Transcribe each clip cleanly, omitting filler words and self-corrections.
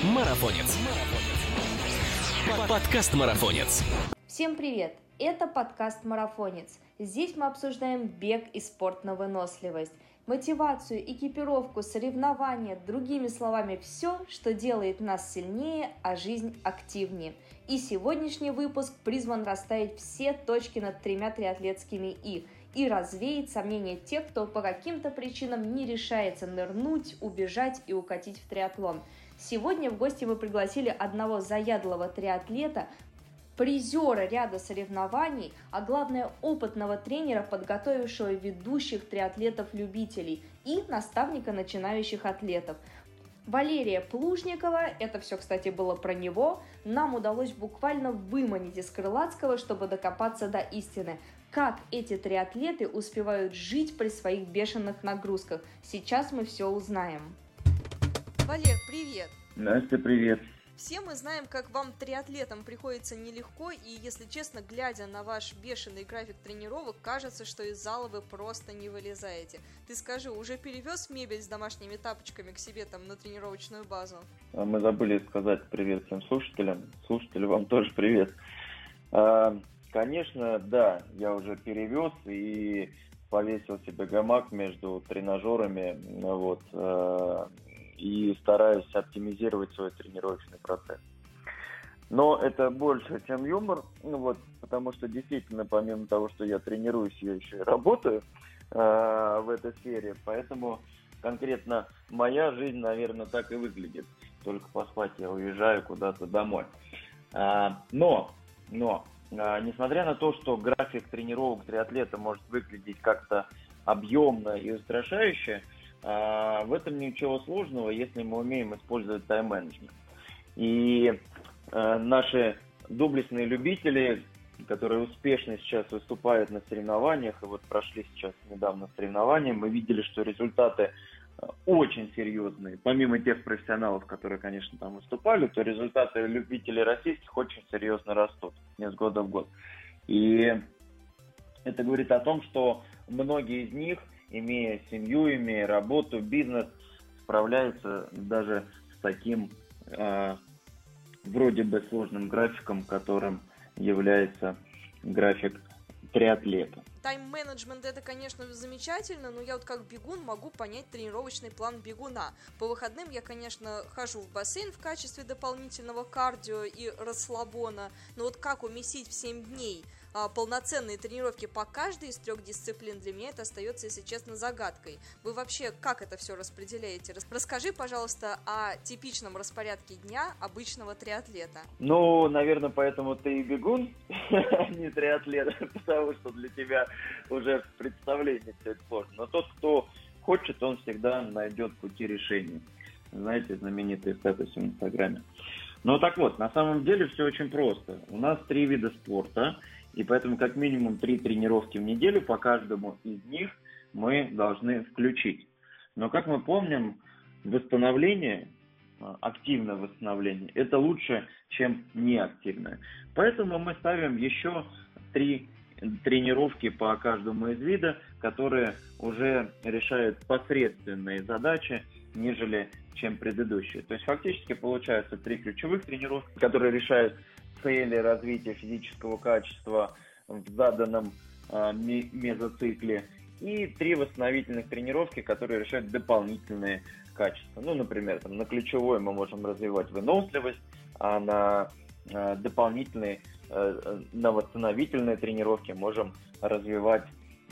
Марафонец. Подкаст «Марафонец». Всем привет! Это подкаст «Марафонец». Здесь мы обсуждаем бег и спорт на выносливость, мотивацию, экипировку, соревнования, другими словами, все, что делает нас сильнее, а жизнь активнее. И сегодняшний выпуск призван расставить все точки над тремя триатлетскими и развеять сомнения тех, кто по каким-то причинам не решается нырнуть, убежать и укатить в триатлон. Сегодня в гости мы пригласили одного заядлого триатлета, призера ряда соревнований, а главное опытного тренера, подготовившего ведущих триатлетов-любителей и наставника начинающих атлетов. Валерия Плужникова, это все, кстати, было про него, нам удалось буквально выманить из Крылатского, чтобы докопаться до истины. Как эти триатлеты успевают жить при своих бешеных нагрузках? Сейчас мы все узнаем. Валер, привет! Настя, привет! Все мы знаем, как вам, триатлетам, приходится нелегко, и, если честно, глядя на ваш бешеный график тренировок, кажется, что из зала вы просто не вылезаете. Ты скажи, уже перевез мебель с домашними тапочками к себе там на тренировочную базу? Мы забыли сказать привет всем слушателям. Слушатели, вам тоже привет. Конечно, да, я уже перевез и повесил себе гамак между тренажерами, и стараюсь оптимизировать свой тренировочный процесс. Но это больше, чем юмор, потому что действительно, помимо того, что я тренируюсь, я еще и работаю в этой сфере, поэтому конкретно моя жизнь, наверное, так и выглядит. Только поспать я уезжаю куда-то домой. Но, несмотря на то, что график тренировок триатлета может выглядеть как-то объемно и устрашающе, в этом ничего сложного, если мы умеем использовать тайм-менеджмент. И наши доблестные любители, которые успешно сейчас выступают на соревнованиях, и вот прошли сейчас недавно соревнования, мы видели, что результаты очень серьезные. Помимо тех профессионалов, которые, конечно, там выступали, то результаты любителей российских очень серьезно растут с года в год. И это говорит о том, что многие из них, имея семью, имея работу, бизнес, справляются даже с таким вроде бы сложным графиком, которым является график триатлета. Тайм-менеджмент — это, конечно, замечательно, но я вот как бегун могу понять тренировочный план бегуна. По выходным я, конечно, хожу в бассейн в качестве дополнительного кардио и расслабона, но вот как уместить в 7 дней полноценные тренировки по каждой из 3 дисциплин, для меня это остается, если честно, загадкой. Вы вообще как это все распределяете? Расскажи, пожалуйста, о типичном распорядке дня обычного триатлета. Наверное, поэтому ты и бегун, а не триатлет, потому что для тебя уже в представлении все это сложно. Но тот, кто хочет, он всегда найдет пути решения. Знаете, знаменитые статусы в Инстаграме. Так вот, на самом деле все очень просто. У нас 3 вида спорта, и поэтому как минимум 3 тренировки в неделю по каждому из них мы должны включить. Но, как мы помним, восстановление, активное восстановление, это лучше, чем неактивное. Поэтому мы ставим еще 3 тренировки по каждому из вида, которые уже решают посредственные задачи, нежели чем предыдущие. То есть фактически получается 3 ключевых тренировки, которые решают цели развития физического качества в заданном мезоцикле, и 3 восстановительных тренировки, которые решают дополнительные качества. Например, на ключевой мы можем развивать выносливость, а на дополнительные, на восстановительные тренировки можем развивать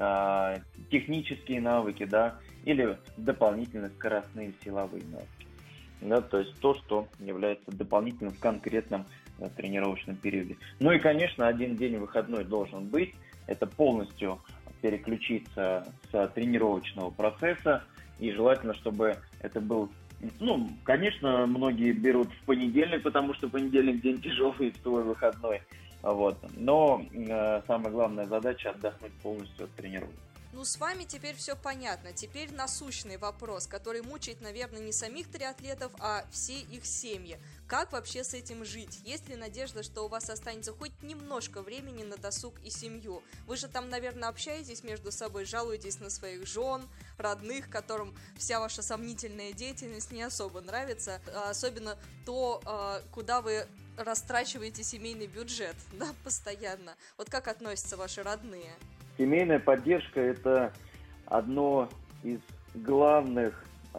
технические навыки, или дополнительные скоростные силовые навыки. То есть то, что является дополнительным в конкретном тренировочном периоде. И, конечно, один день выходной должен быть. Это полностью переключиться с тренировочного процесса. И желательно, чтобы это был... конечно, многие берут в понедельник, потому что понедельник день тяжелый, в твой выходной. Но самая главная задача — отдохнуть полностью от тренировок. Ну, с вами теперь все понятно. Теперь насущный вопрос, который мучает, наверное, не самих триатлетов, а все их семьи. Как вообще с этим жить? Есть ли надежда, что у вас останется хоть немножко времени на досуг и семью? Вы же там, наверное, общаетесь между собой, жалуетесь на своих жен, родных, которым вся ваша сомнительная деятельность не особо нравится, особенно то, куда вы растрачиваете семейный бюджет, да, постоянно. Вот как относятся ваши родные? Семейная поддержка – это одной из главных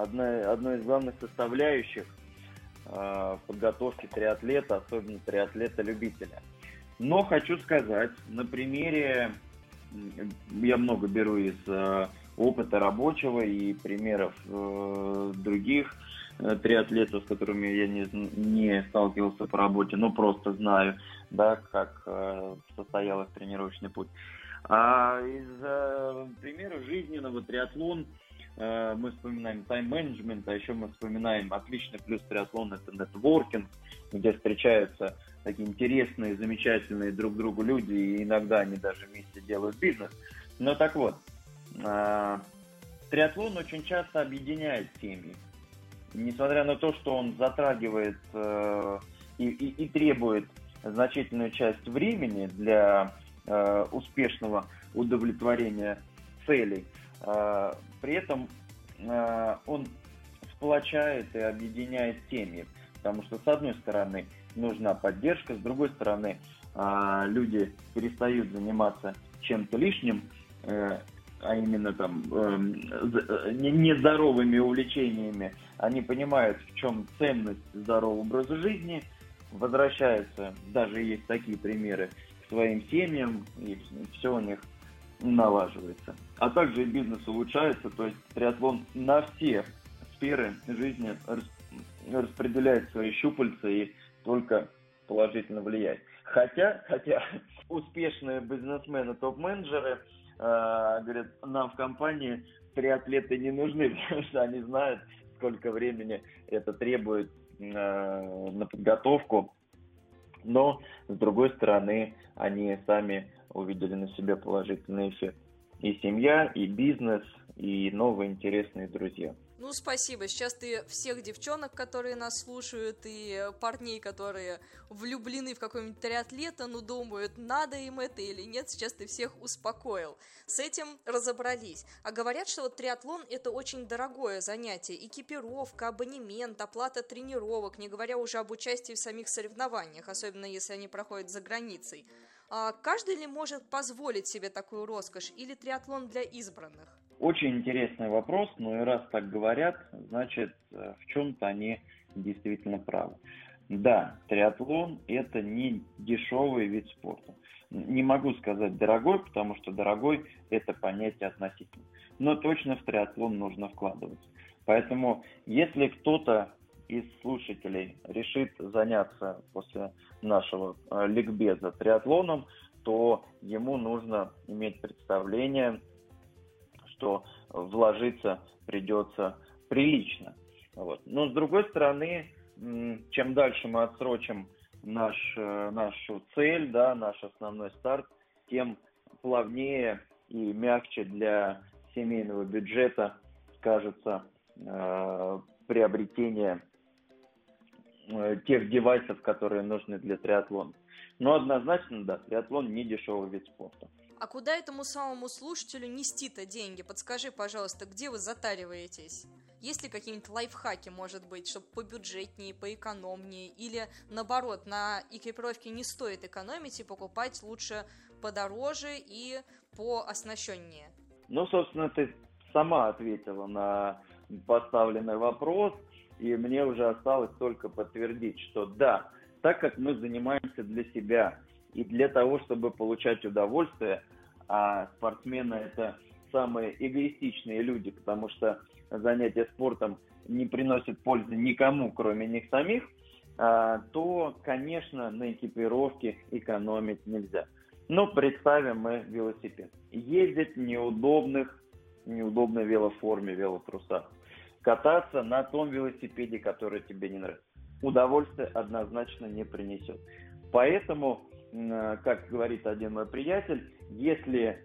составляющих подготовки триатлета, особенно триатлета-любителя. Но хочу сказать, на примере, я много беру из опыта рабочего и примеров других триатлетов, с которыми я не сталкивался по работе, но просто знаю, да, как состоялся тренировочный путь. А из примера жизненного триатлон мы вспоминаем тайм-менеджмент, а еще мы вспоминаем отличный плюс триатлон — это нетворкинг, где встречаются такие интересные, замечательные друг другу люди, и иногда они даже вместе делают бизнес. Но так вот, триатлон очень часто объединяет семьи. Несмотря на то, что он затрагивает и требует значительную часть времени для успешного удовлетворения целей, при этом он сплочает и объединяет семьи, потому что, с одной стороны, нужна поддержка, с другой стороны, люди перестают заниматься чем-то лишним, а именно там нездоровыми увлечениями. Они понимают, в чем ценность здорового образа жизни, возвращаются, даже есть такие примеры, к своим семьям, и все у них налаживается. А также и бизнес улучшается, то есть триатлон на все сферы жизни распределяет свои щупальца и только положительно влияет. Хотя успешные бизнесмены, топ-менеджеры говорят, нам в компании триатлеты не нужны, потому что они знают, сколько времени это требует на подготовку. Но, с другой стороны, они сами увидели на себе положительный эффект. И семья, и бизнес, и новые интересные друзья. Ну, спасибо. Сейчас ты всех девчонок, которые нас слушают, и парней, которые влюблены в какого-нибудь триатлета, ну, думают, надо им это или нет, сейчас ты всех успокоил. С этим разобрались. А говорят, что вот триатлон – это очень дорогое занятие. Экипировка, абонемент, оплата тренировок, не говоря уже об участии в самих соревнованиях, особенно если они проходят за границей. А каждый ли может позволить себе такую роскошь, или триатлон для избранных? Очень интересный вопрос, но и раз так говорят, значит, в чем-то они действительно правы. Да, триатлон – это не дешевый вид спорта. Не могу сказать дорогой, потому что дорогой – это понятие относительно. Но точно в триатлон нужно вкладываться. Поэтому, если кто-то из слушателей решит заняться после нашего ликбеза триатлоном, то ему нужно иметь представление, что вложиться придется прилично. Вот. Но с другой стороны, чем дальше мы отсрочим нашу цель, да, наш основной старт, тем плавнее и мягче для семейного бюджета кажется приобретение тех девайсов, которые нужны для триатлона. Но однозначно, да, триатлон не дешевый вид спорта. А куда этому самому слушателю нести-то деньги? Подскажи, пожалуйста, где вы затариваетесь? Есть ли какие-нибудь лайфхаки, может быть, чтобы побюджетнее, поэкономнее? Или, наоборот, на экипировке не стоит экономить и покупать лучше подороже и пооснащеннее? Ну, собственно, ты сама ответила на поставленный вопрос, и мне уже осталось только подтвердить, что да, так как мы занимаемся для себя и для того, чтобы получать удовольствие, а спортсмены – это самые эгоистичные люди, потому что занятия спортом не приносят пользы никому, кроме них самих, то, конечно, на экипировке экономить нельзя. Но представим мы велосипед. Ездить в неудобной велоформе, велотрусах. Кататься на том велосипеде, который тебе не нравится. Удовольствие однозначно не принесет. Поэтому, как говорит один мой приятель, если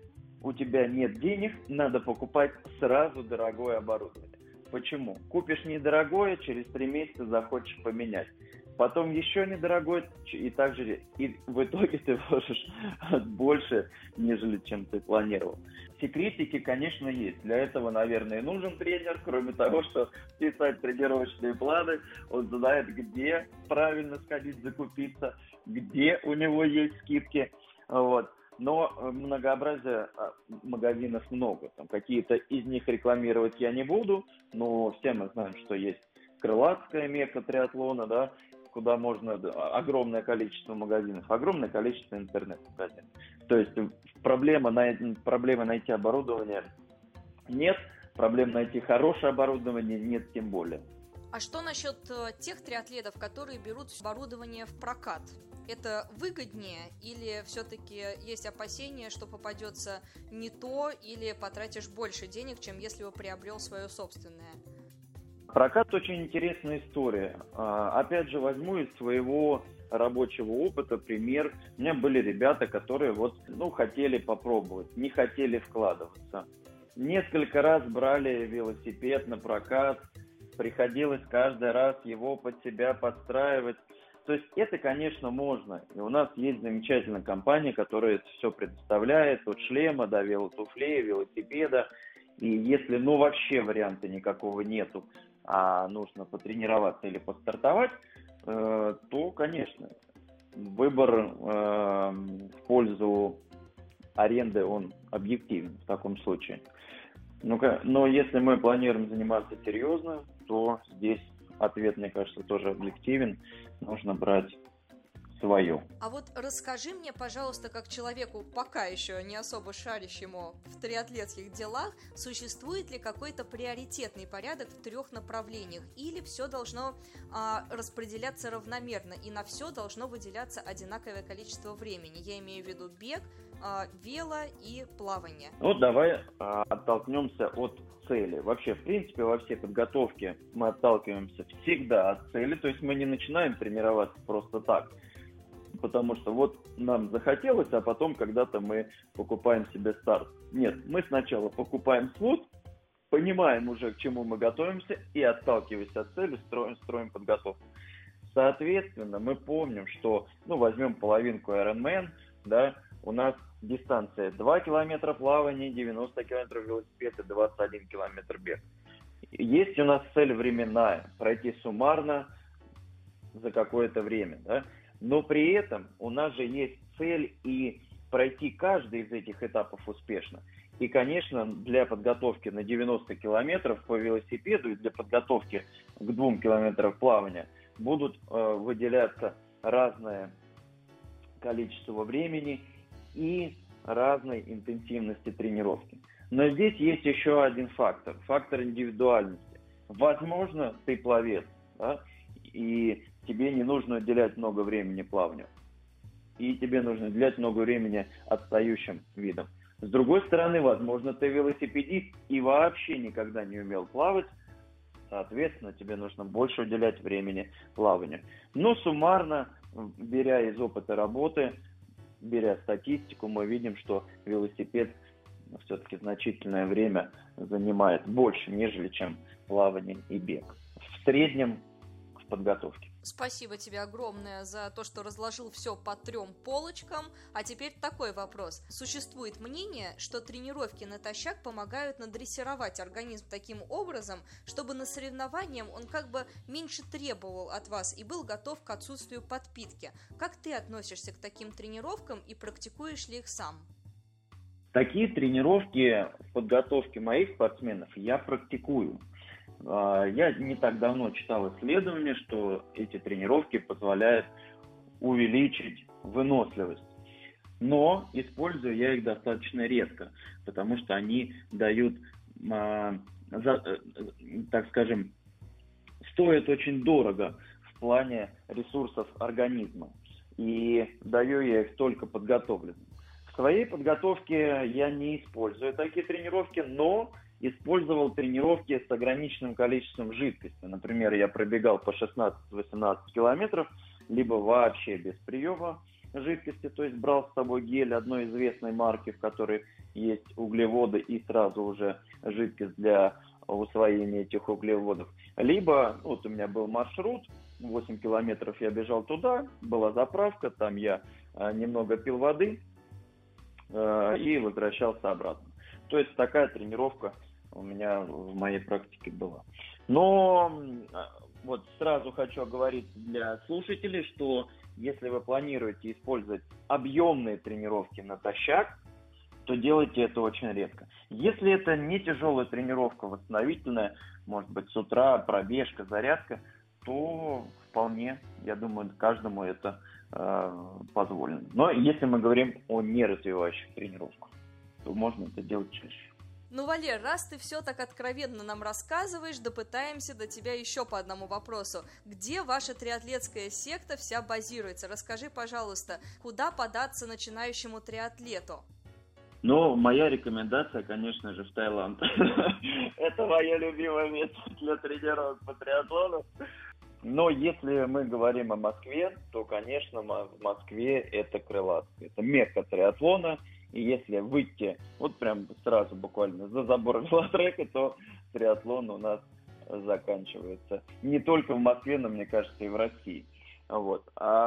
у тебя нет денег, надо покупать сразу дорогое оборудование. Почему? Купишь недорогое, через 3 месяца захочешь поменять. Потом еще недорогой, и в итоге ты вложишь больше, нежели чем ты планировал. Секретики, конечно, есть. Для этого, наверное, нужен тренер, кроме того, что писать тренировочные планы, он знает, где правильно сходить закупиться, где у него есть скидки. Вот. Но многообразия магазинов много. Там какие-то из них рекламировать я не буду, но все мы знаем, что есть крылатская мекка триатлона, да, куда можно огромное количество магазинов, огромное количество интернет-магазинов. То есть проблемы найти оборудование нет, проблем найти хорошее оборудование нет тем более. А что насчет тех триатлетов, которые берут оборудование в прокат? Это выгоднее или все-таки есть опасения, что попадется не то или потратишь больше денег, чем если бы приобрел свое собственное? Прокат очень интересная история. Опять же, возьму из своего рабочего опыта пример. У меня были ребята, которые хотели попробовать, не хотели вкладываться. Несколько раз брали велосипед на прокат, приходилось каждый раз его под себя подстраивать. То есть это, конечно, можно. И у нас есть замечательная компания, которая это все предоставляет, от шлема до велотуфлей, велосипеда. И если вообще варианта никакого нету, а нужно потренироваться или постартовать, то, конечно, выбор в пользу аренды, он объективен в таком случае. Но если мы планируем заниматься серьезно, то здесь ответ, мне кажется, тоже объективен. Нужно брать свое. А вот расскажи мне, пожалуйста, как человеку, пока еще не особо шарящему в триатлетских делах, существует ли какой-то приоритетный порядок в 3 направлениях? Или все должно распределяться равномерно, и на все должно выделяться одинаковое количество времени? Я имею в виду бег, вело и плавание. Давай оттолкнемся от цели. Вообще, в принципе, во всей подготовке мы отталкиваемся всегда от цели, то есть мы не начинаем тренироваться просто так. Потому что нам захотелось, а потом когда-то мы покупаем себе старт. Нет, мы сначала покупаем слот, понимаем уже, к чему мы готовимся, и, отталкиваясь от цели, строим подготовку. Соответственно, мы помним, что, возьмем половинку Ironman, да, у нас дистанция 2 километра плавания, 90 километров велосипед и 21 километр бег. Есть у нас цель временная, пройти суммарно за какое-то время, да? Но при этом у нас же есть цель и пройти каждый из этих этапов успешно. И, конечно, для подготовки на 90 километров по велосипеду и для подготовки к 2 километрам плавания будут выделяться разное количество времени и разной интенсивности тренировки. Но здесь есть еще один фактор индивидуальности. Возможно, ты пловец, да, и тебе не нужно уделять много времени плаванию. И тебе нужно уделять много времени отстающим видам. С другой стороны, возможно, ты велосипедист и вообще никогда не умел плавать. Соответственно, тебе нужно больше уделять времени плаванию. Но суммарно, беря из опыта работы, беря статистику, мы видим, что велосипед все-таки значительное время занимает больше, нежели чем плавание и бег. В среднем в подготовке. Спасибо тебе огромное за то, что разложил все по 3 полочкам. А теперь такой вопрос. Существует мнение, что тренировки натощак помогают надрессировать организм таким образом, чтобы на соревнованиях он как бы меньше требовал от вас и был готов к отсутствию подпитки. Как ты относишься к таким тренировкам и практикуешь ли их сам? Такие тренировки в подготовке моих спортсменов я практикую. Я не так давно читал исследование, что эти тренировки позволяют увеличить выносливость. Но использую я их достаточно редко, потому что они дают, так скажем, стоят очень дорого в плане ресурсов организма. И даю я их только подготовленным. В своей подготовке я не использую такие тренировки, но использовал тренировки с ограниченным количеством жидкости. Например, я пробегал по 16-18 километров, либо вообще без приема жидкости, то есть брал с собой гель одной известной марки, в которой есть углеводы и сразу уже жидкость для усвоения этих углеводов. Либо, вот у меня был маршрут, 8 километров я бежал туда, была заправка, там я немного пил воды и возвращался обратно. То есть такая тренировка у меня в моей практике была. Но вот сразу хочу оговорить для слушателей, что если вы планируете использовать объемные тренировки натощак, то делайте это очень редко. Если это не тяжелая тренировка, восстановительная, может быть, с утра пробежка, зарядка, то вполне, я думаю, каждому это позволено. Но если мы говорим о неразвивающих тренировках, то можно это делать чаще. Ну, Валер, раз ты все так откровенно нам рассказываешь, допытаемся до тебя еще по одному вопросу. Где ваша триатлетская секта вся базируется? Расскажи, пожалуйста, куда податься начинающему триатлету? Ну, моя рекомендация, конечно же, в Таиланд. Это мое любимое место для тренировок по триатлону. Но если мы говорим о Москве, то, конечно, в Москве это Крылатская. Это мекка триатлона. И если выйти вот прям сразу буквально за забор велотрека, то триатлон у нас заканчивается. Не только в Москве, но, мне кажется, и в России. Вот.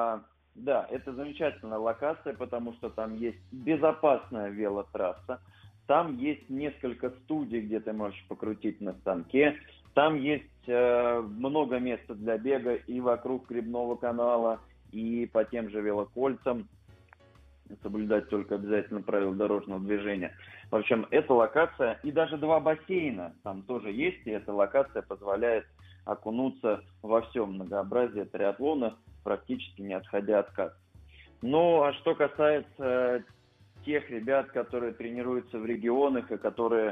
Да, это замечательная локация, потому что там есть безопасная велотрасса, там есть несколько студий, где ты можешь покрутить на станке, там есть много места для бега и вокруг Гребного канала, и по тем же велокольцам, соблюдать только обязательно правила дорожного движения. В общем, эта локация, и даже 2 бассейна там тоже есть, и эта локация позволяет окунуться во всем многообразие триатлона, практически не отходя от кассы. Ну, а что касается тех ребят, которые тренируются в регионах и которые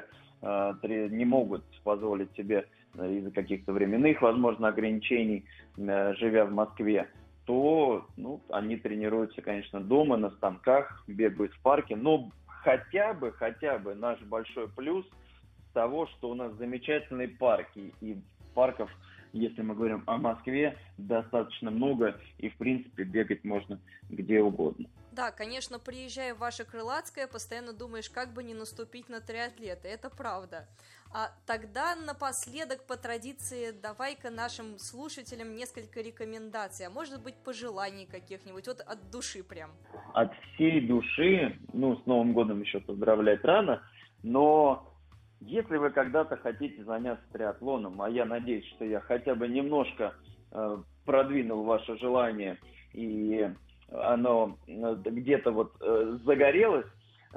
не могут позволить себе из-за каких-то временных, возможно, ограничений, живя в Москве, то они тренируются, конечно, дома, на станках, бегают в парке, но хотя бы наш большой плюс того, что у нас замечательные парки, и парков, если мы говорим о Москве, достаточно много, и, в принципе, бегать можно где угодно. Да, конечно, приезжая в ваше Крылатское, постоянно думаешь, как бы не наступить на триатлеты, это правда. А тогда напоследок, по традиции, давай-ка нашим слушателям несколько рекомендаций, а может быть, пожеланий каких-нибудь, вот от души прям. От всей души, с Новым годом еще поздравлять рано, но если вы когда-то хотите заняться триатлоном, а я надеюсь, что я хотя бы немножко продвинул ваше желание, и оно где-то вот загорелось,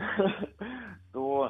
то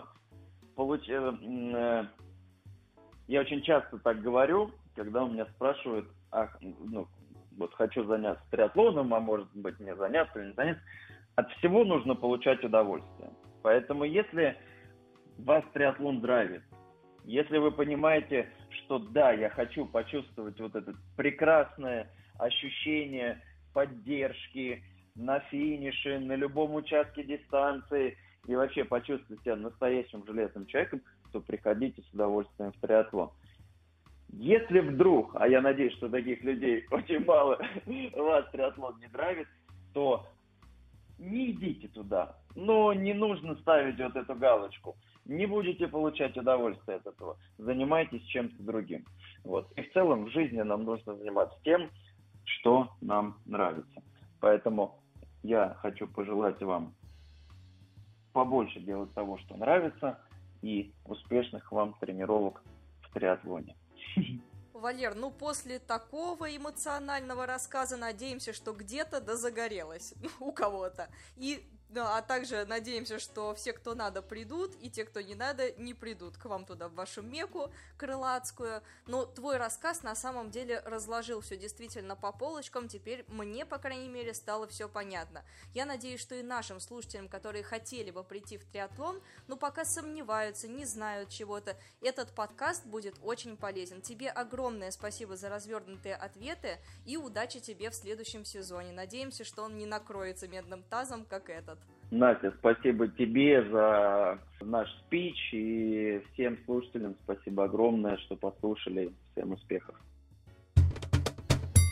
я очень часто так говорю, когда у меня спрашивают, хочу заняться триатлоном, а может быть мне заняться или не заняться. От всего нужно получать удовольствие. Поэтому если вас триатлон драйвит, если вы понимаете, что да, я хочу почувствовать вот это прекрасное ощущение поддержки на финише, на любом участке дистанции и вообще почувствовать себя настоящим железным человеком, то приходите с удовольствием в триатлон. Если вдруг, а я надеюсь, что таких людей очень мало, вас триатлон не драйвит, то не идите туда. Но не нужно ставить вот эту галочку. Не будете получать удовольствие от этого. Занимайтесь чем-то другим. Вот. И в целом в жизни нам нужно заниматься тем, что нам нравится. Поэтому я хочу пожелать вам побольше делать того, что нравится, и успешных вам тренировок в триатлоне. Валер, после такого эмоционального рассказа надеемся, что где-то загорелось у кого-то. А также надеемся, что все, кто надо, придут, и те, кто не надо, не придут к вам туда, в вашу Мекку крылатскую. Но твой рассказ на самом деле разложил все действительно по полочкам, теперь мне, по крайней мере, стало все понятно. Я надеюсь, что и нашим слушателям, которые хотели бы прийти в триатлон, но пока сомневаются, не знают чего-то, этот подкаст будет очень полезен. Тебе огромное спасибо за развернутые ответы, и удачи тебе в следующем сезоне. Надеемся, что он не накроется медным тазом, как этот. Настя, спасибо тебе за наш спич, и всем слушателям спасибо огромное, что послушали. Всем успехов.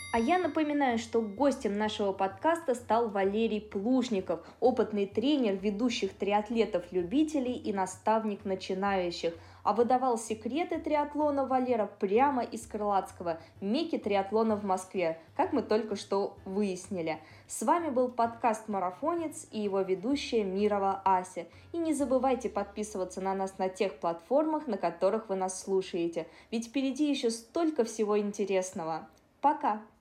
А я напоминаю, что гостем нашего подкаста стал Валерий Плужников, опытный тренер ведущих триатлетов-любителей и наставник начинающих. А выдавал секреты триатлона Валера прямо из Крылатского, мекки триатлона в Москве, как мы только что выяснили. С вами был подкаст «Марафонец» и его ведущая Мирова Ася. И не забывайте подписываться на нас на тех платформах, на которых вы нас слушаете, ведь впереди еще столько всего интересного. Пока!